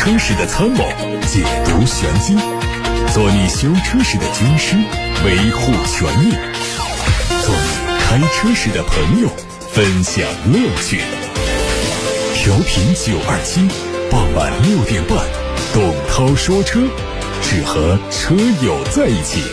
车时的参谋，解读玄机，做你修车时的军师，维护权益，做你开车时的朋友，分享乐趣。调频927，傍晚6点半，董涛说车，只和车友在一起。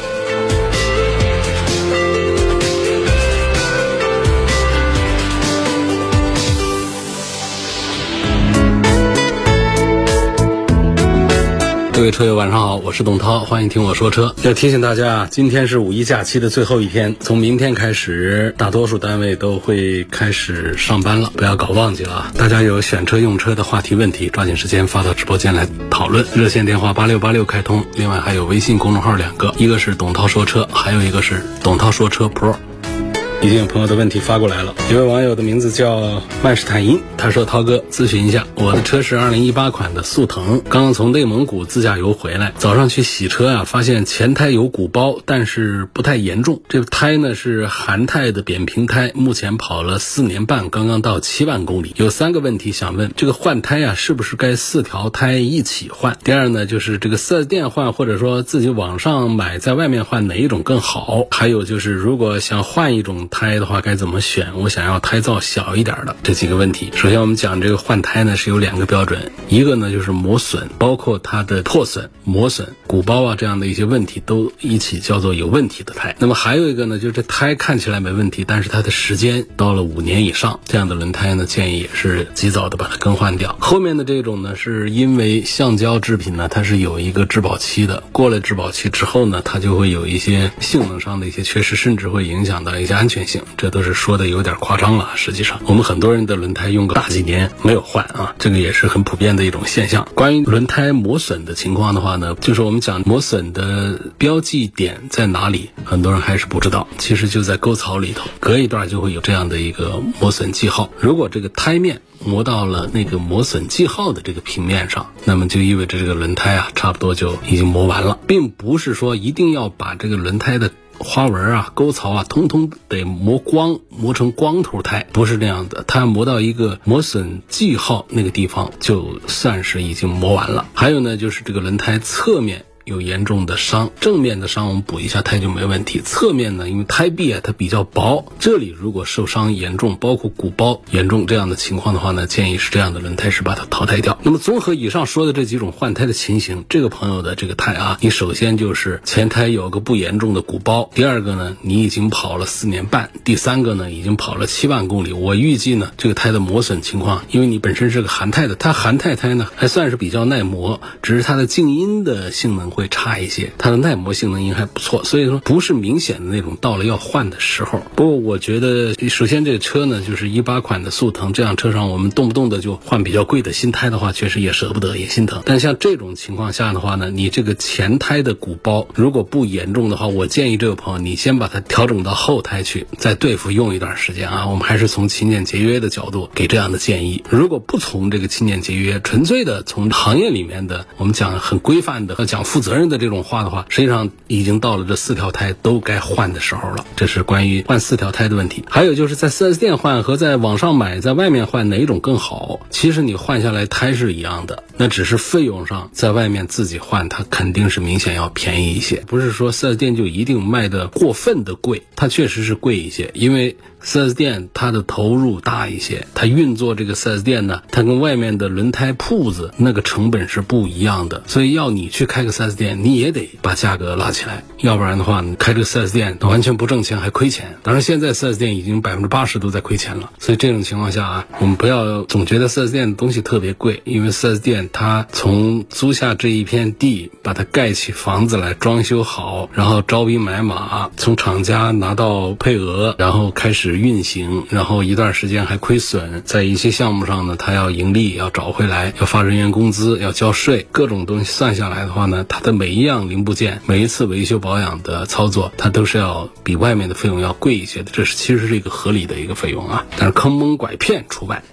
各位车友晚上好，我是董涛，欢迎听我说车。要提醒大家，今天是五一假期的最后一天，从明天开始大多数单位都会开始上班了，不要搞忘记了啊！大家有选车用车的话题问题，抓紧时间发到直播间来讨论。热线电话8686开通，另外还有微信公众号2个，一个是董涛说车，还有一个是董涛说车 Pro。已经有朋友的问题发过来了，一位网友的名字叫曼施坦因，他说：涛哥，咨询一下，我的车是2018款的速腾，刚刚从内蒙古自驾游回来，早上去洗车啊，发现前胎有鼓包，但是不太严重。这个胎呢是韩泰的扁平胎，目前跑了4年半，刚刚到7万公里。有3个问题想问，这个换胎啊，是不是该4条胎一起换？第二呢，就是这个4S店换，或者说自己网上买，在外面换哪一种更好？还有就是如果想换一种胎的话该怎么选？我想要胎噪小一点的，这几个问题。首先我们讲这个换胎呢是有2个标准，一个呢就是磨损，包括它的破损、磨损、鼓包啊这样的一些问题都一起叫做有问题的胎。那么还有一个呢，就是这胎看起来没问题，但是它的时间到了5年以上，这样的轮胎呢建议也是及早的把它更换掉。后面的这种呢是因为橡胶制品呢它是有一个质保期的，过了质保期之后呢它就会有一些性能上的一些缺失，甚至会影响到一些安全性，这都是说的有点夸张了。实际上我们很多人的轮胎用个大几年没有换啊，这个也是很普遍的一种现象。关于轮胎磨损的情况的话呢，就是我们讲磨损的标记点在哪里，很多人还是不知道，其实就在沟槽里头，隔一段就会有这样的一个磨损记号。如果这个胎面磨到了那个磨损记号的这个平面上，那么就意味着这个轮胎啊差不多就已经磨完了，并不是说一定要把这个轮胎的花纹啊、沟槽啊，通通得磨光，磨成光头胎，不是这样的。它磨到一个磨损记号那个地方，就算是已经磨完了。还有呢，就是这个轮胎侧面有严重的伤，正面的伤我们补一下胎就没问题。侧面呢，因为胎壁啊它比较薄，这里如果受伤严重，包括鼓包严重这样的情况的话呢，建议是这样的轮胎是把它淘汰掉。那么综合以上说的这几种换胎的情形，这个朋友的这个胎啊，你首先就是前胎有个不严重的鼓包，第二个呢你已经跑了4年半，第三个呢已经跑了7万公里。我预计呢这个胎的磨损情况，因为你本身是个韩泰的，它韩泰胎呢还算是比较耐磨，只是它的静音的性能会差一些，它的耐磨性能应该还不错，所以说不是明显的那种到了要换的时候。不过我觉得首先这个车呢就是18款的速腾，这辆车上我们动不动的就换比较贵的新胎的话，确实也舍不得也心疼。但像这种情况下的话呢，你这个前胎的鼓包如果不严重的话，我建议这个朋友你先把它调整到后胎去，再对付用一段时间啊。我们还是从勤俭节约的角度给这样的建议。如果不从这个勤俭节约，纯粹的从行业里面的我们讲很规范的讲负责任的这种话的话，实际上已经到了这4条胎都该换的时候了。这是关于换4条胎的问题。还有就是在 4S 店换和在网上买在外面换哪一种更好？其实你换下来胎是一样的，那只是费用上在外面自己换它肯定是明显要便宜一些，不是说 4S 店就一定卖的过分的贵，它确实是贵一些，因为4S 店它的投入大一些，它运作这个 4S 店呢，它跟外面的轮胎铺子那个成本是不一样的，所以要你去开个 4S 店，你也得把价格拉起来，要不然的话你开这个 4S 店完全不挣钱还亏钱。当然现在 4S 店已经80%都在亏钱了，所以这种情况下啊，我们不要总觉得 4S 店的东西特别贵，因为 4S 店它从租下这一片地，把它盖起房子来，装修好，然后招兵买马，从厂家拿到配额，然后开始运行，然后一段时间还亏损，在一些项目上呢它要盈利，要找回来，要发人员工资，要交税，各种东西算下来的话呢，它的每一样零部件，每一次维修保养的操作，它都是要比外面的费用要贵一些的，这是其实是一个合理的一个费用啊，但是坑蒙拐骗除外。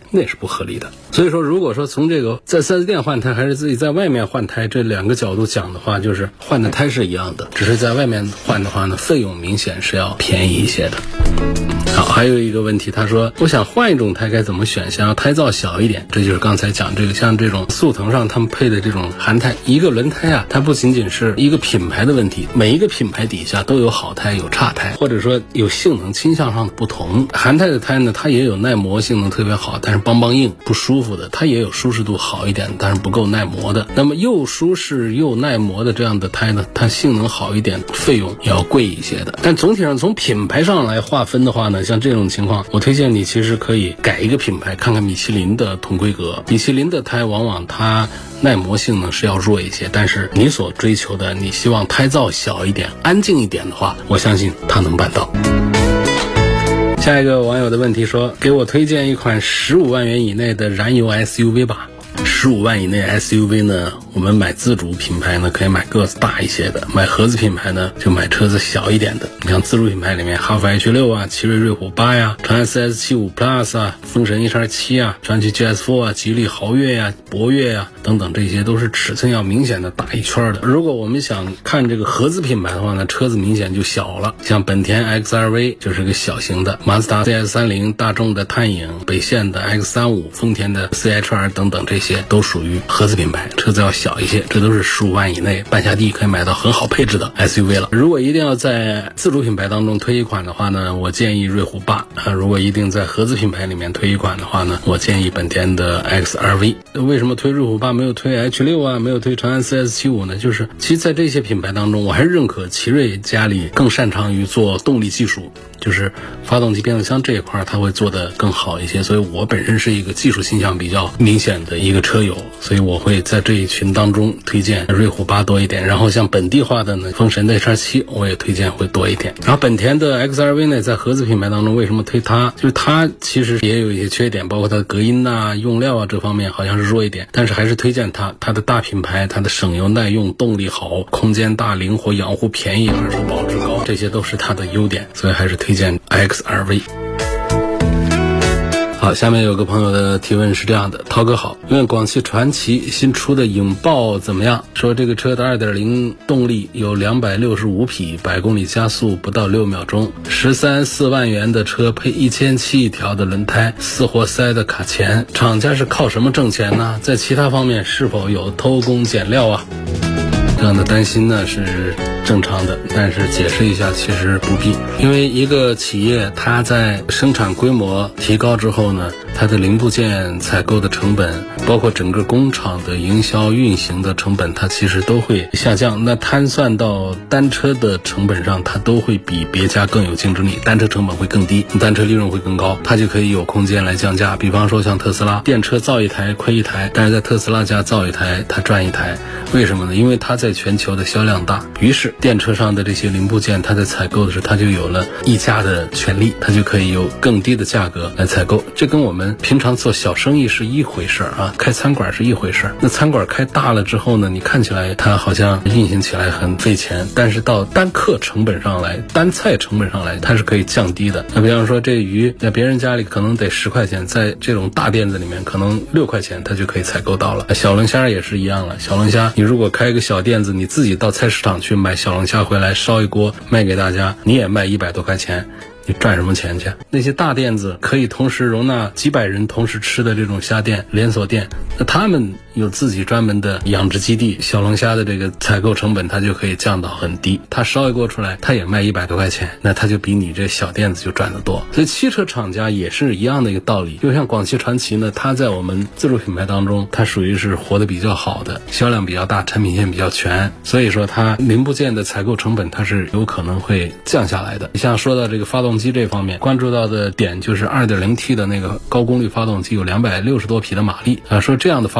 那是不合理的。所以说如果说从这个在 4S 店换胎还是自己在外面换胎这两个角度讲的话，就是换的胎是一样的，只是在外面换的话呢，费用明显是要便宜一些的。好，还有一个问题，他说我想换一种胎该怎么选，想要胎噪小一点。这就是刚才讲这个，像这种速腾上他们配的这种韩胎，一个轮胎啊，它不仅仅是一个品牌的问题，每一个品牌底下都有好胎有差胎，或者说有性能倾向上的不同。韩胎的胎呢，它也有耐磨性能特别好，但是邦邦硬不舒服的，它也有舒适度好一点但是不够耐磨的。那么又舒适又耐磨的这样的胎呢，它性能好一点，费用也要贵一些的。但总体上从品牌上来划分的话呢，像这种情况，我推荐你其实可以改一个品牌，看看米其林的同规格。米其林的胎往往它耐磨性能是要弱一些，但是你所追求的，你希望胎噪小一点安静一点的话，我相信它能办到。下一个网友的问题说，给我推荐一款15万元以内的燃油 SUV 吧。15万以内 SUV 呢，我们买自主品牌呢可以买个子大一些的，买合资品牌呢就买车子小一点的。你像自主品牌里面，哈弗 H6 啊，奇瑞瑞虎8呀，长安 CS75 Plus 啊，风神 H27 啊，传祺 GS4 啊，吉利豪越呀，博越呀等等，这些都是尺寸要明显的大一圈的。如果我们想看这个合资品牌的话呢，车子明显就小了，像本田 XRV 就是个小型的，马自达 CS30， 大众的探影，北线的 X35， 丰田的 CHR 等等，这些都属于合资品牌，车子要小一些，这都是15万以内半下地可以买到很好配置的 SUV 了。如果一定要在自主品牌当中推一款的话呢，我建议瑞虎8啊。如果一定在合资品牌里面推一款的话呢，我建议本田的 XRV。为什么推瑞虎8没有推 H6 啊，没有推长安 CS75 呢？就是其实在这些品牌当中，我还是认可奇瑞家里更擅长于做动力技术，就是发动机变速箱这一块它会做得更好一些，所以我本身是一个技术倾向比较明显的一个车友，所以我会在这一群当中推荐瑞虎8多一点。然后像本地化的呢，风神的 H7 我也推荐会多一点。然后本田的 XRV 呢，在合资品牌当中为什么推它，就是它其实也有一些缺点，包括它的隔音啊、用料啊这方面好像是弱一点，但是还是推荐它的大品牌，它的省油耐用，动力好，空间大，灵活，养护便宜，二手保值高，这些都是它的优点，所以还是推荐 XRV。好，下面有个朋友的提问是这样的，涛哥好，问广汽传祺新出的影豹怎么样？说这个车的 2.0 动力有265匹，100公里加速不到6秒钟，13、4万元的车配1700一条的轮胎，4活塞的卡钳，厂家是靠什么挣钱呢？在其他方面是否有偷工减料啊？这样的担心呢是正常的，但是解释一下其实不必，因为一个企业它在生产规模提高之后呢，它的零部件采购的成本，包括整个工厂的营销运行的成本，它其实都会下降。那摊算到单车的成本上，它都会比别家更有竞争力，单车成本会更低，单车利润会更高，它就可以有空间来降价。比方说像特斯拉，电车造一台亏一台，但是在特斯拉家造一台它赚一台，为什么呢？因为它在全球的销量大，于是电车上的这些零部件它在采购的时候，它就有了议价的权利，它就可以有更低的价格来采购。这跟我们平常做小生意是一回事啊，开餐馆是一回事。那餐馆开大了之后呢，你看起来它好像运行起来很费钱，但是到单客成本上来，单菜成本上来，它是可以降低的。那比方说这鱼在别人家里可能得10块钱，在这种大店子里面可能6块钱它就可以采购到了。小龙虾也是一样了，小龙虾你如果开一个小店子，你自己到菜市场去买小龙虾回来烧一锅卖给大家，你也卖100多块钱，你赚什么钱去？那些大店子可以同时容纳几百人同时吃的这种虾店连锁店，那他们有自己专门的养殖基地，小龙虾的这个采购成本它就可以降到很低，它烧一锅出来它也卖100多块钱，那它就比你这小店子就赚得多。所以汽车厂家也是一样的一个道理，就像广汽传祺呢，它在我们自主品牌当中它属于是活得比较好的，销量比较大，产品线比较全，所以说它零部件的采购成本它是有可能会降下来的。像说到这个发动机这方面，关注到的点就是 2.0T 的那个高功率发动机有260多匹的马力啊，说这样的发动机都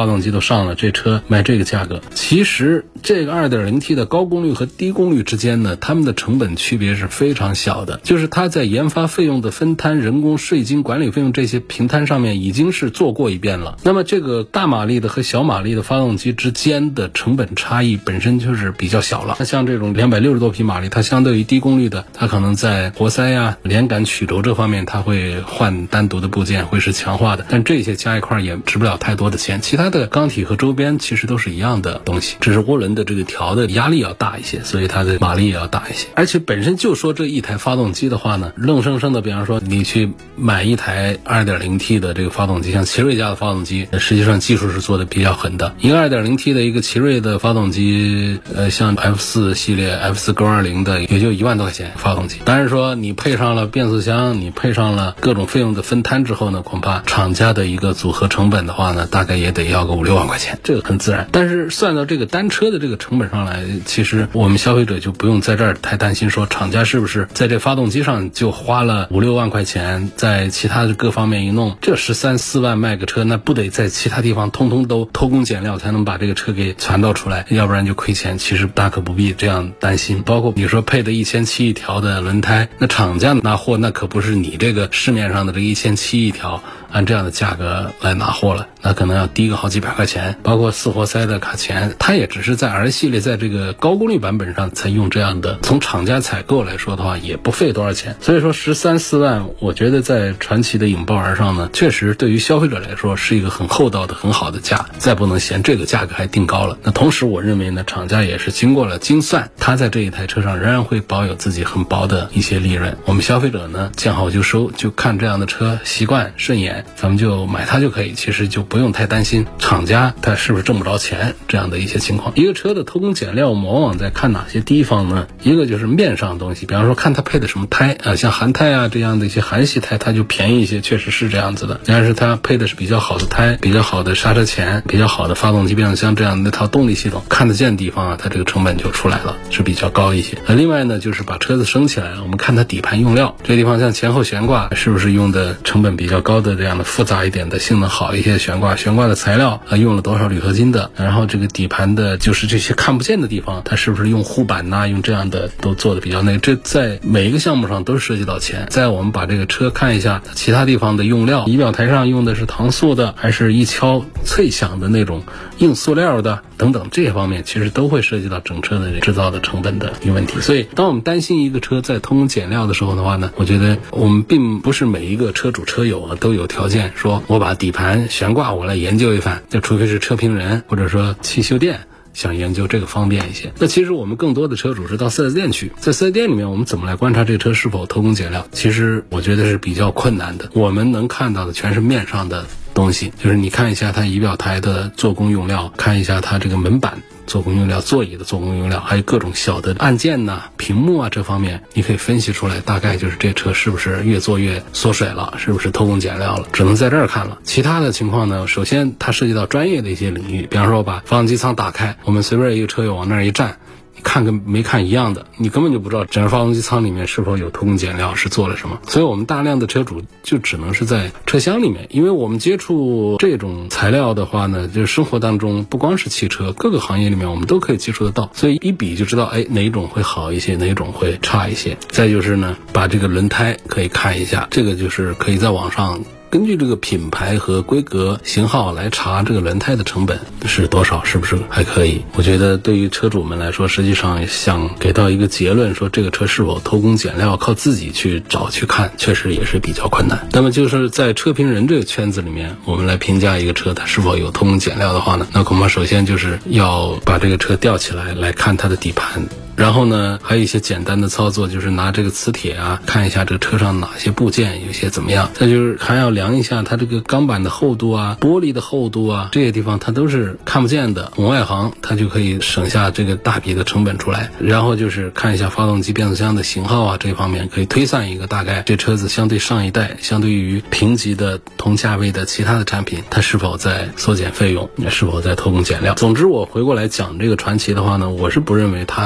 上了，这车卖这个价格。其实这个 2.0T 的高功率和低功率之间呢，它们的成本区别是非常小的，就是它在研发费用的分摊、人工、税金、管理费用这些平摊上面已经是做过一遍了。那么这个大马力的和小马力的发动机之间的成本差异本身就是比较小了。那像这种260多匹马力，它相对于低功率的，它可能在活塞呀、连杆曲轴这方面它会换单独的部件，会是强化的，但这些加一块也值不了太多的钱。其他的钢体和周边其实都是一样的东西，只是涡轮的这个调的压力要大一些，所以它的马力也要大一些。而且本身就说这一台发动机的话呢，愣生生的比方说你去买一台 2.0T 的这个发动机，像奇瑞家的发动机实际上技术是做的比较狠的。一个 2.0T 的一个奇瑞的发动机像 F4 系列 F4 GO20 的也就1万多块钱发动机，但是说你配上了变速箱，你配上了各种费用的分摊之后呢，恐怕厂家的一个组合成本的话呢，大概也得要个5-6万块钱，这个很自然。但是算到这个单车的这个成本上来，其实我们消费者就不用在这儿太担心说厂家是不是在这发动机上就花了5-6万块钱，在其他的各方面一弄，这13-14万卖个车，那不得在其他地方通通都偷工减料才能把这个车给传导出来，要不然就亏钱。其实大可不必这样担心。包括你说配的1700一条的轮胎，那厂家拿货那可不是你这个市面上的这个1700一条按这样的价格来拿货了，那可能要低个好几百块钱。包括4活塞的卡钳，它也只是在 R 系列在这个高功率版本上才用这样的，从厂家采购来说的话也不费多少钱。所以说13-14万，我觉得在传祺的引爆儿上呢，确实对于消费者来说是一个很厚道的很好的价，再不能嫌这个价格还定高了。那同时我认为呢，厂家也是经过了精算，它在这一台车上仍然会保有自己很薄的一些利润。我们消费者呢见好就收，就看这样的车习惯顺眼，咱们就买它就可以，其实就不用太担心厂家它是不是挣不着钱这样的一些情况。一个车的偷工减料，我们往往在看哪些地方呢？一个就是面上的东西，比方说看它配的什么胎像韩胎啊这样的一些韩系胎，它就便宜一些，确实是这样子的。但是它配的是比较好的胎，比较好的刹车钳，比较好的发动机变速箱这样的那套动力系统，看得见的地方它这个成本就出来了，是比较高一些。另外呢，就是把车子升起来，我们看它底盘用料，这地方像前后悬挂是不是用的成本比较高的这样的复杂一点的性能好一些悬挂的材料用了多少铝合金的，然后这个底盘的就是这些看不见的地方，它是不是用护板用这样的都做的比较这在每一个项目上都涉及到钱。再我们把这个车看一下其他地方的用料，仪表台上用的是搪塑的还是一敲脆响的那种硬塑料的等等，这些方面其实都会涉及到整车的制造的成本的一个问题。所以当我们担心一个车在偷工减料的时候的话呢，我觉得我们并不是每一个车主车友都有条件说我把底盘悬挂我来研究一番，就除非是车评人或者说汽修店想研究这个方便一些。那其实我们更多的车主是到 4S 店去，在 4S 店里面我们怎么来观察这个车是否偷工减料，其实我觉得是比较困难的。我们能看到的全是面上的东西，就是你看一下它仪表台的做工用料，看一下它这个门板做工用料，座椅的做工用料，还有各种小的按键屏幕这方面，你可以分析出来大概就是这车是不是越做越缩水了，是不是偷工减料了，只能在这儿看了。其他的情况呢，首先它涉及到专业的一些领域，比方说我把发动机舱打开，我们随便一个车友往那儿一站，看跟没看一样的，你根本就不知道整个发动机舱里面是否有偷工减料，是做了什么。所以我们大量的车主就只能是在车厢里面，因为我们接触这种材料的话呢，就是生活当中不光是汽车，各个行业里面我们都可以接触得到，所以一比就知道哪一种会好一些，哪一种会差一些。再就是呢，把这个轮胎可以看一下，这个就是可以在网上根据这个品牌和规格型号来查这个轮胎的成本是多少，是不是还可以。我觉得对于车主们来说，实际上想给到一个结论说这个车是否偷工减料，靠自己去找去看确实也是比较困难。那么就是在车评人这个圈子里面，我们来评价一个车它是否有偷工减料的话呢，那恐怕首先就是要把这个车吊起来来看它的底盘，然后呢还有一些简单的操作，就是拿这个磁铁看一下这个车上哪些部件有些怎么样，再就是还要量一下它这个钢板的厚度玻璃的厚度这些地方它都是看不见的，从外行它就可以省下这个大笔的成本出来。然后就是看一下发动机变速箱的型号这方面，可以推算一个大概这车子相对上一代，相对于平级的同价位的其他的产品，它是否在缩减费用，是否在偷工减料。总之我回过来讲这个传祺的话呢，我是不认为它出现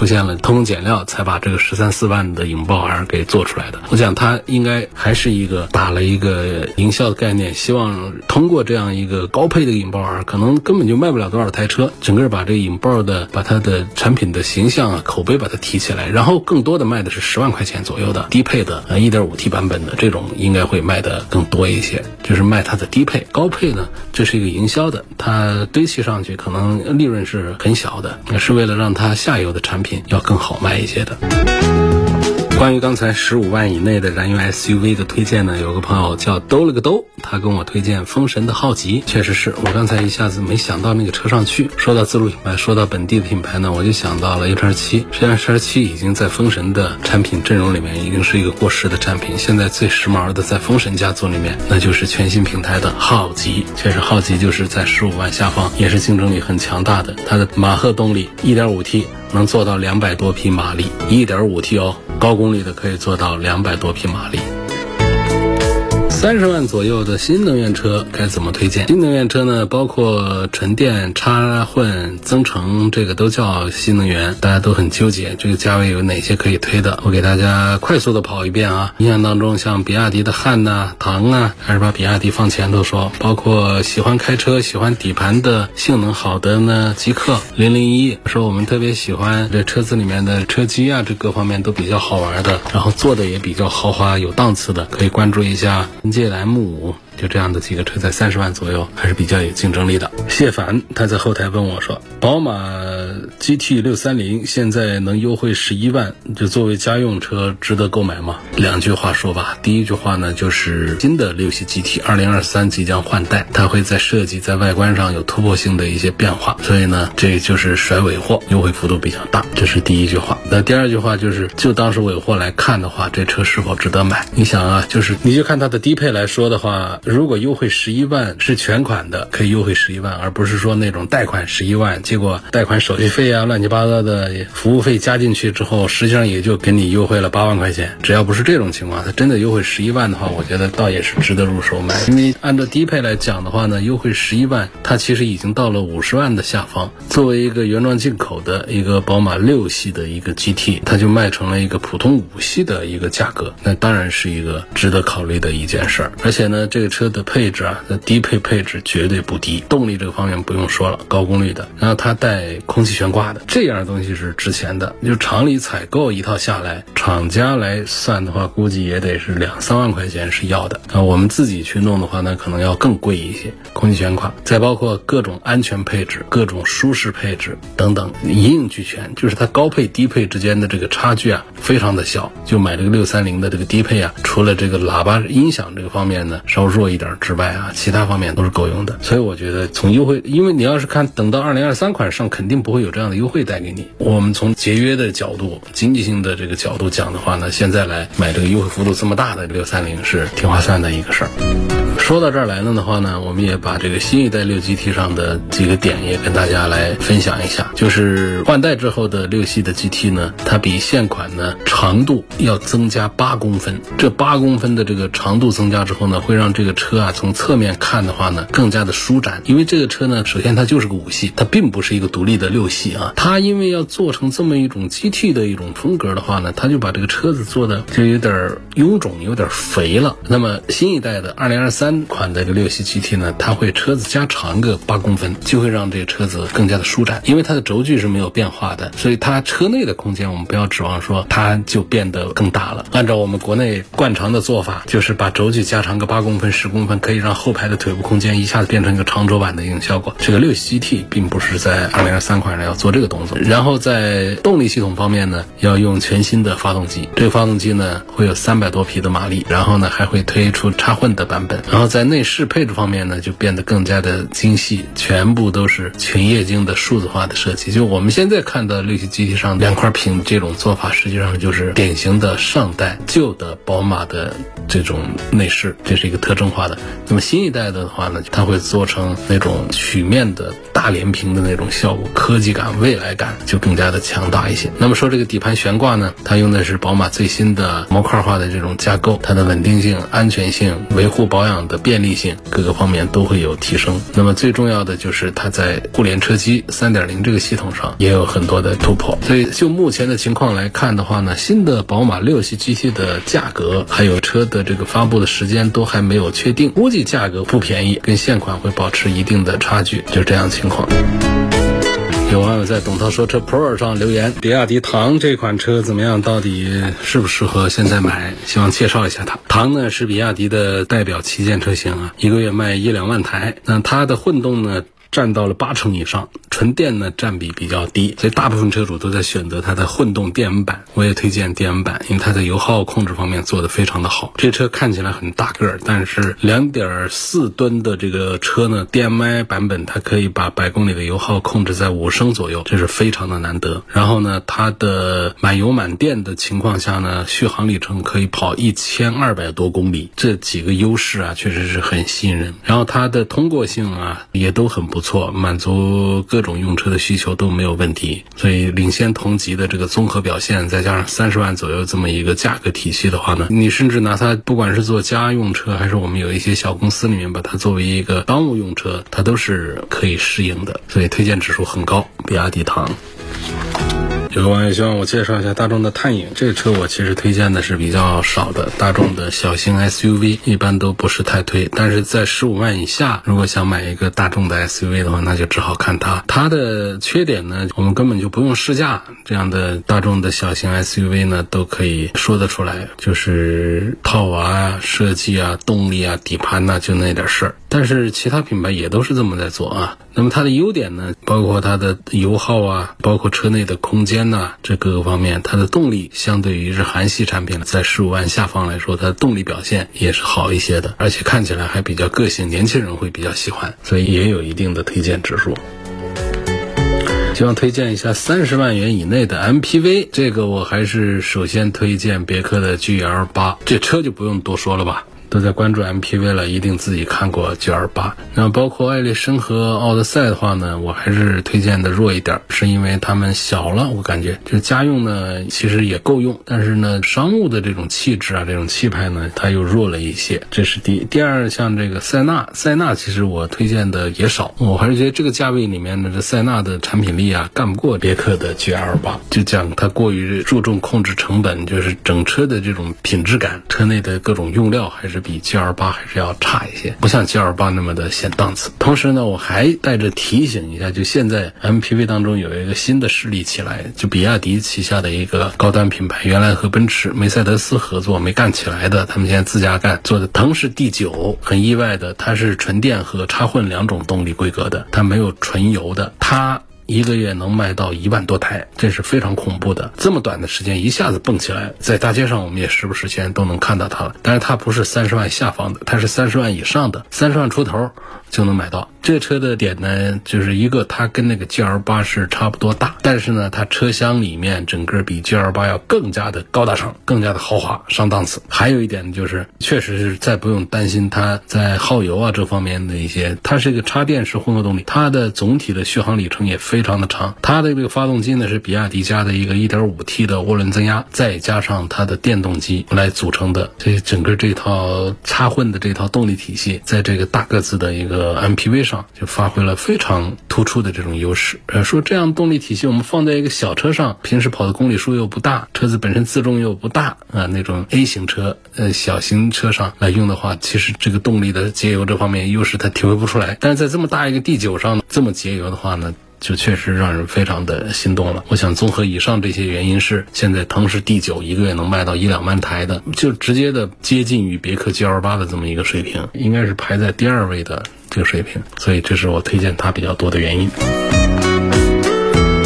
现了偷工减料，才把这个13、14万的引爆 R 给做出来的。我想它应该还是一个打了一个营销的概念，希望通过这样一个高配的引爆 R， 可能根本就卖不了多少台车，整个把这个引爆的把它的产品的形象啊、口碑把它提起来，然后更多的卖的是10万块钱左右的低配的1.5T 版本的这种，应该会卖的更多一些，就是卖它的低配。高配呢，这是一个营销的，它堆砌上去可能利润是很小的，是为了让它下游的产品要更好卖一些的。关于刚才15万以内的燃油 SUV 的推荐呢，有个朋友叫兜了个兜，他跟我推荐风神的浩吉。确实是我刚才一下子没想到那个车上去。说到自主品牌，说到本地的品牌呢，我就想到了 XR7。实际上 XR7 已经在风神的产品阵容里面已经是一个过时的产品，现在最时髦的在风神家族里面，那就是全新平台的浩吉。确实浩吉就是在15万下方，也是竞争力很强大的。它的马赫动力 1.5T 能做到200多匹马力， 1.5T 哦，高功率的可以做到200多匹马力。30万左右的新能源车该怎么推荐？新能源车呢，包括纯电、插混、增程，这个都叫新能源，大家都很纠结这个价位有哪些可以推的。我给大家快速的跑一遍啊。印象当中像比亚迪的汉呐、唐啊，还是把比亚迪放前头说，包括喜欢开车、喜欢底盘的性能好的呢，极氪001，说我们特别喜欢这车子里面的车机啊，这各方面都比较好玩的，然后做的也比较豪华有档次的，可以关注一下本届的 M5，就这样的几个车在30万左右还是比较有竞争力的。谢凡他在后台问我说，宝马 GT630 现在能优惠11万，就作为家用车值得购买吗？两句话说吧。第一句话呢，就是新的6系 GT 2023即将换代，它会在设计在外观上有突破性的一些变化，所以呢这就是甩尾货，优惠幅度比较大，这是第一句话。那第二句话就是，就当是尾货来看的话，这车是否值得买？你想啊，就是你就看它的低配来说的话，如果优惠11万是全款的，可以优惠11万，而不是说那种贷款11万，结果贷款手续费啊乱七八糟的服务费加进去之后，实际上也就给你优惠了8万块钱。只要不是这种情况，它真的优惠11万的话，我觉得倒也是值得入手买。因为按照低配来讲的话呢，优惠11万它其实已经到了50万的下方。作为一个原装进口的一个宝马6系的一个 GT， 它就卖成了一个普通5系的一个价格，那当然是一个值得考虑的一件事儿。而且呢，这个车的配置啊，低配配置绝对不低，动力这个方面不用说了，高功率的，然后它带空气悬挂的，这样的东西是值钱的。就厂里采购一套下来，厂家来算的话，估计也得是2、3万块钱是要的啊。我们自己去弄的话呢，可能要更贵一些。空气悬挂，再包括各种安全配置、各种舒适配置等等，一应俱全。就是它高配低配之间的这个差距啊，非常的小。就买这个630的这个低配啊，除了这个喇叭音响这个方面呢稍弱一点之外啊，其他方面都是够用的。所以我觉得从优惠，因为你要是看等到2023款上，肯定不会有这样的优惠带给你。我们从节约的角度、经济性的这个角度讲的话呢，现在来买这个优惠幅度这么大的630是挺划算的一个事儿。说到这儿来了的话呢，我们也把这个新一代6GT 上的几个点也跟大家来分享一下。就是换代之后的6系的 GT 呢，它比现款呢长度要增加8公分。这8公分的这个长度增加之后呢，会让这个车啊从侧面看的话呢更加的舒展。因为这个车呢，首先它就是个5系，它并不是一个独立的6系啊。它因为要做成这么一种 GT 的一种风格的话呢，它就把这个车子做的就有点臃肿，有点肥了。那么新一代的2023款的这个6系 GT 呢，它会车子加长个8公分，就会让这个车子更加的舒展。因为它的轴距是没有变化的，所以它车内的空间我们不要指望说它就变得更大了。按照我们国内惯常的做法，就是把轴距加长个8公分、10公分，可以让后排的腿部空间一下子变成一个长轴版的一种效果。这个6系 GT 并不是在2023款上要做这个动作。然后在动力系统方面呢，要用全新的发动机，这个发动机呢会有300多匹的马力，然后呢还会推出插混的版本。然后在内饰配置方面呢，就变得更加的精细，全部都是全液晶的数字化的设计。就我们现在看到6系 GT 上2块屏这种做法，实际上就是典型的上代旧的宝马的这种内饰，这是一个特征化的。那么新一代的话呢，它会做成那种曲面的大大连屏的那种效果，科技感、未来感就更加的强大一些。那么说这个底盘悬挂呢，它用的是宝马最新的模块化的这种架构，它的稳定性、安全性、维护保养的便利性各个方面都会有提升。那么最重要的就是它在互联车机 3.0 这个系统上也有很多的突破。所以就目前的情况来看的话呢，新的宝马6系 GT 的价格还有车的这个发布的时间都还没有确定，估计价格不便宜，跟现款会保持一定的差距，就这样情况。有网友在董涛说车 Pro 上留言，比亚迪唐这款车怎么样？到底适不适合现在买？希望介绍一下它。唐呢是比亚迪的代表旗舰车型啊，一个月卖1-2万台。那它的混动呢占到了80%以上，纯电呢占比比较低，所以大部分车主都在选择它的混动电 M 版。我也推荐电 M 版，因为它在油耗控制方面做得非常的好。这车看起来很大个儿，但是 2.4 吨的这个车呢， DMI 版本它可以把100公里的油耗控制在5升左右，这是非常的难得。然后呢，它的满油满电的情况下呢，续航里程可以跑1200多公里，这几个优势啊确实是很吸引人。然后它的通过性啊也都很不错，满足各种用车的需求都没有问题，所以领先同级的这个综合表现，再加上30万左右这么一个价格体系的话呢，你甚至拿它不管是做家用车，还是我们有一些小公司里面把它作为一个商务用车，它都是可以适应的，所以推荐指数很高，比亚迪唐。有个网友希望我介绍一下大众的探影，这个车我其实推荐的是比较少的，大众的小型 SUV 一般都不是太推，但是在15万以下，如果想买一个大众的 SUV 的话，那就只好看它。它的缺点呢，我们根本就不用试驾，这样的大众的小型 SUV 呢都可以说得出来，就是套娃啊、设计啊、动力啊、底盘啊，就那点事儿。但是其他品牌也都是这么在做啊。那么它的优点呢，包括它的油耗啊，包括车内的空间呐，这各个方面，它的动力相对于日韩系产品在15万下方来说，它的动力表现也是好一些的，而且看起来还比较个性，年轻人会比较喜欢，所以也有一定的推荐指数。希望推荐一下30万元以内的 MPV， 这个我还是首先推荐别克的 GL8， 这车就不用多说了吧，都在关注 MPV 了，一定自己看过 GL8。 那包括艾力绅和奥德赛的话呢，我还是推荐的弱一点，是因为他们小了，我感觉就是家用呢其实也够用，但是呢商务的这种气质啊，这种气派呢它又弱了一些，这是第一。第二，像这个塞纳其实我推荐的也少，我还是觉得这个价位里面的这塞纳的产品力啊干不过别克的 GL8， 就讲它过于注重控制成本，就是整车的这种品质感，车内的各种用料还是比 GL8 还是要差一些，不像 GL8 那么的显档次。同时呢，我还带着提醒一下，就现在 MPV 当中有一个新的势力起来，就比亚迪旗下的一个高端品牌，原来和奔驰、梅赛德斯合作没干起来的，他们现在自家干，做的腾势 D9， 很意外的，它是纯电和插混2种动力规格的，它没有纯油的，它一个月能卖到1万多台，这是非常恐怖的。这么短的时间一下子蹦起来，在大街上我们也时不时现在都能看到它了。但是它不是30万下方的，它是30万以上的，30万出头就能买到。这车的点呢，就是一个它跟那个 GL8 是差不多大，但是呢它车厢里面整个比 GL8 要更加的高大上，更加的豪华上档次。还有一点就是确实是再不用担心它在耗油啊这方面的一些，它是一个插电式混合动力，它的总体的续航里程也非常的长。它的这个发动机呢是比亚迪家的一个 1.5T 的涡轮增压，再加上它的电动机来组成的，所以整个这套插混的这套动力体系在这个大个子的一个 MPV 上就发挥了非常突出的这种优势。说这样动力体系我们放在一个小车上，平时跑的公里数又不大，车子本身自重又不大那种 A 型车小型车上来用的话，其实这个动力的节油这方面优势它体会不出来。但是在这么大一个 D9 上这么节油的话呢，就确实让人非常的心动了。我想综合以上这些原因，是现在腾势 D9 一个月能卖到1-2万台的，就直接的接近于别克 GL8 的这么一个水平，应该是排在第2位的这个水平，所以这是我推荐它比较多的原因。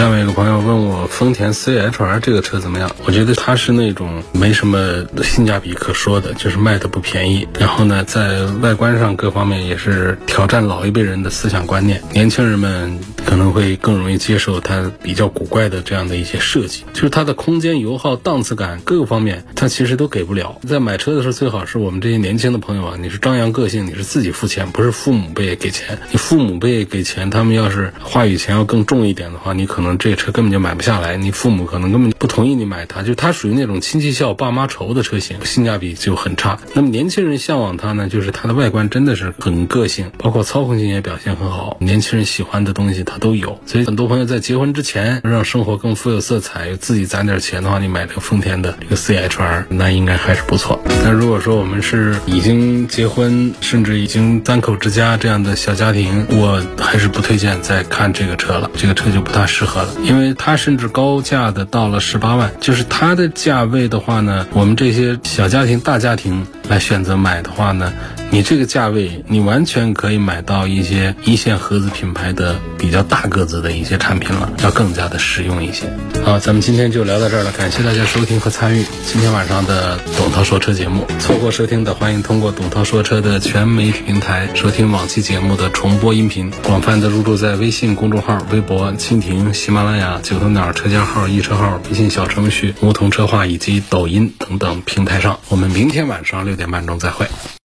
下面有个朋友问我丰田 CHR 这个车怎么样？我觉得它是那种没什么性价比可说的，就是卖的不便宜。然后呢，在外观上各方面也是挑战老一辈人的思想观念，年轻人们可能会更容易接受它比较古怪的这样的一些设计，就是它的空间、油耗、档次感各个方面，它其实都给不了。在买车的时候，最好是我们这些年轻的朋友啊，你是张扬个性，你是自己付钱，不是父母辈给钱。你父母辈给钱，他们要是话语权要更重一点的话，你可能这车根本就买不下来，你父母可能根本不同意你买它，就它属于那种亲戚笑爸妈愁的车型，性价比就很差。那么年轻人向往它呢，就是它的外观真的是很个性，包括操控性也表现很好，年轻人喜欢的东西它都有。所以很多朋友在结婚之前让生活更富有色彩，自己攒点钱的话，你买这个丰田的这个 CHR 那应该还是不错。那如果说我们是已经结婚，甚至已经3口之家这样的小家庭，我还是不推荐再看这个车了，这个车就不大适合了，因为它甚至高价的到了18万，就是它的价位的话呢，我们这些小家庭大家庭来选择买的话呢，你这个价位你完全可以买到一些一线合资品牌的比较大个子的一些产品了，要更加的实用一些。好，咱们今天就聊到这儿了，感谢大家收听和参与今天晚上的董涛说车节目。错过收听的，欢迎通过董涛说车的全媒体平台收听往期节目的重播音频，广泛的入驻在微信公众号、微博、蜻蜓、喜马拉雅、九头鸟车家号、易车号、微信小程序、梧桐车话以及抖音等等平台上。我们明天晚上6点半钟再会。